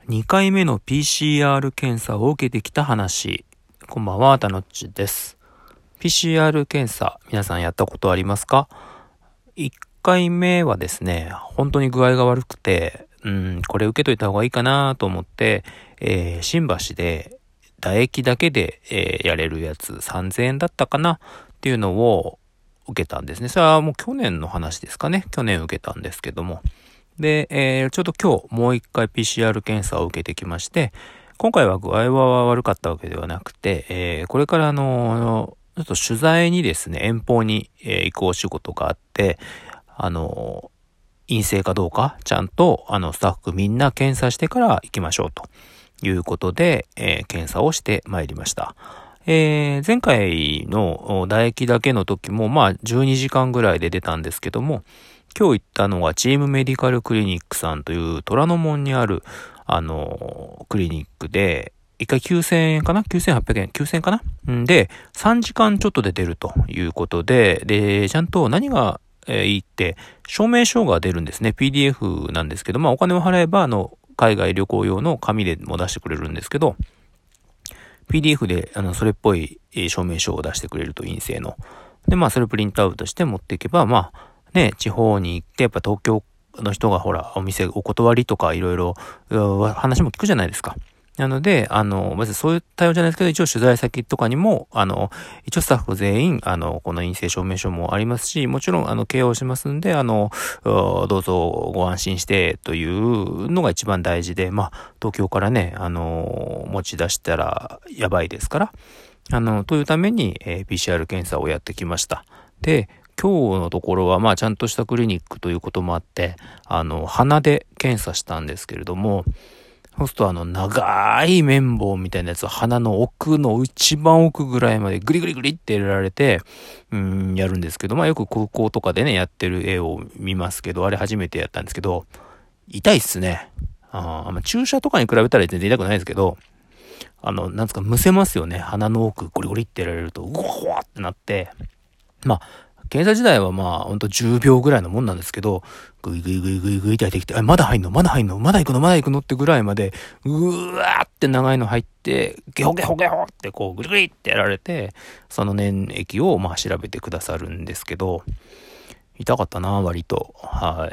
2回目の PCR 検査を受けてきた話。こんばんは、たのっちです。PCR 検査、皆さんやったことありますか？ 1 回目はですね、本当に具合が悪くて、これ受けといた方がいいかなと思って、新橋で唾液だけで、やれるやつ3000円だったかなっていうのを受けたんですね。それはもう去年の話ですかね。去年受けたんですけども。で、ちょっと今日もう一回 PCR 検査を受けてきまして、今回は具合は悪かったわけではなくて、これからちょっと取材にですね、遠方に、行くお仕事があって、陰性かどうか、ちゃんと、スタッフみんな検査してから行きましょうということで、検査をしてまいりました。前回の唾液だけの時も、12時間ぐらいで出たんですけども、今日行ったのはチームメディカルクリニックさんという虎ノ門にある、クリニックで、1回9000円かな ?9800 円 ?9000 円かなで、3時間ちょっとで出るということで、ちゃんと何がいいって、証明書が出るんですね。PDF なんですけど、お金を払えば、海外旅行用の紙でも出してくれるんですけど、PDF で、それっぽい証明書を出してくれると陰性の。で、それをプリントアウトして持っていけば、地方に行って、やっぱ東京の人がほら、お店お断りとかいろいろ話も聞くじゃないですか。なので、別にそういう対応じゃないですけど、一応取材先とかにも、一応スタッフ全員、この陰性証明書もありますし、もちろん、ケアをしますんで、どうぞご安心してというのが一番大事で、東京からね、持ち出したらやばいですから、というために、PCR 検査をやってきました。で、今日のところは、ちゃんとしたクリニックということもあって、鼻で検査したんですけれども、そうすると長い綿棒みたいなやつを鼻の奥の一番奥ぐらいまでグリグリグリって入れられて、やるんですけど、よく空港とかでね、やってる絵を見ますけど、あれ初めてやったんですけど、痛いっすね。注射とかに比べたら全然痛くないですけど、むせますよね。鼻の奥ゴリゴリってやられると、うわーってなって、検査自体はほんと10秒ぐらいのもんなんですけど、グイグイグイグイグイって入ってきて、まだ入んのまだ行くのってぐらいまで、うわーって長いの入って、ゲホゲホゲホってこうグリグリってやられて、その粘液を調べてくださるんですけど、痛かったな、割と。はい。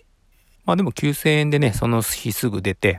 でも9000円でね、その日すぐ出て、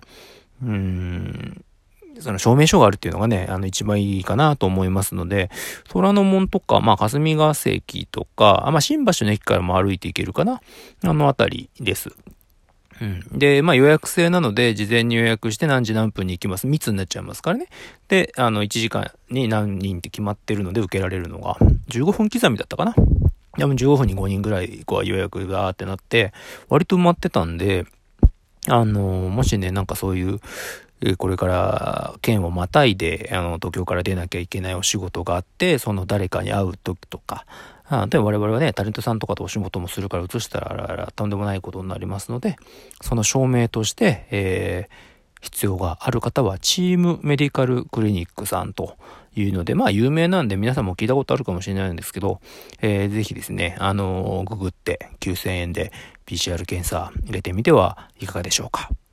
その証明書があるっていうのがね、一番いいかなと思いますので、虎ノ門とか、霞ヶ関とか、新橋の駅からも歩いて行けるかな、あたりです。で、予約制なので、事前に予約して何時何分に行きます。密になっちゃいますからね。で、1時間に何人って決まってるので受けられるのが、15分刻みだったかな。でも15分に5人ぐらい予約がってなって、割と埋まってたんで、もしね、そういう、これから県をまたいで、東京から出なきゃいけないお仕事があって、その誰かに会う時とか、で我々はね、タレントさんとかとお仕事もするから移したらとんでもないことになりますので、その証明として、必要がある方はチームメディカルクリニックさんというので、有名なんで皆さんも聞いたことあるかもしれないんですけど、ぜひですね、ググって9000円で PCR 検査入れてみてはいかがでしょうか。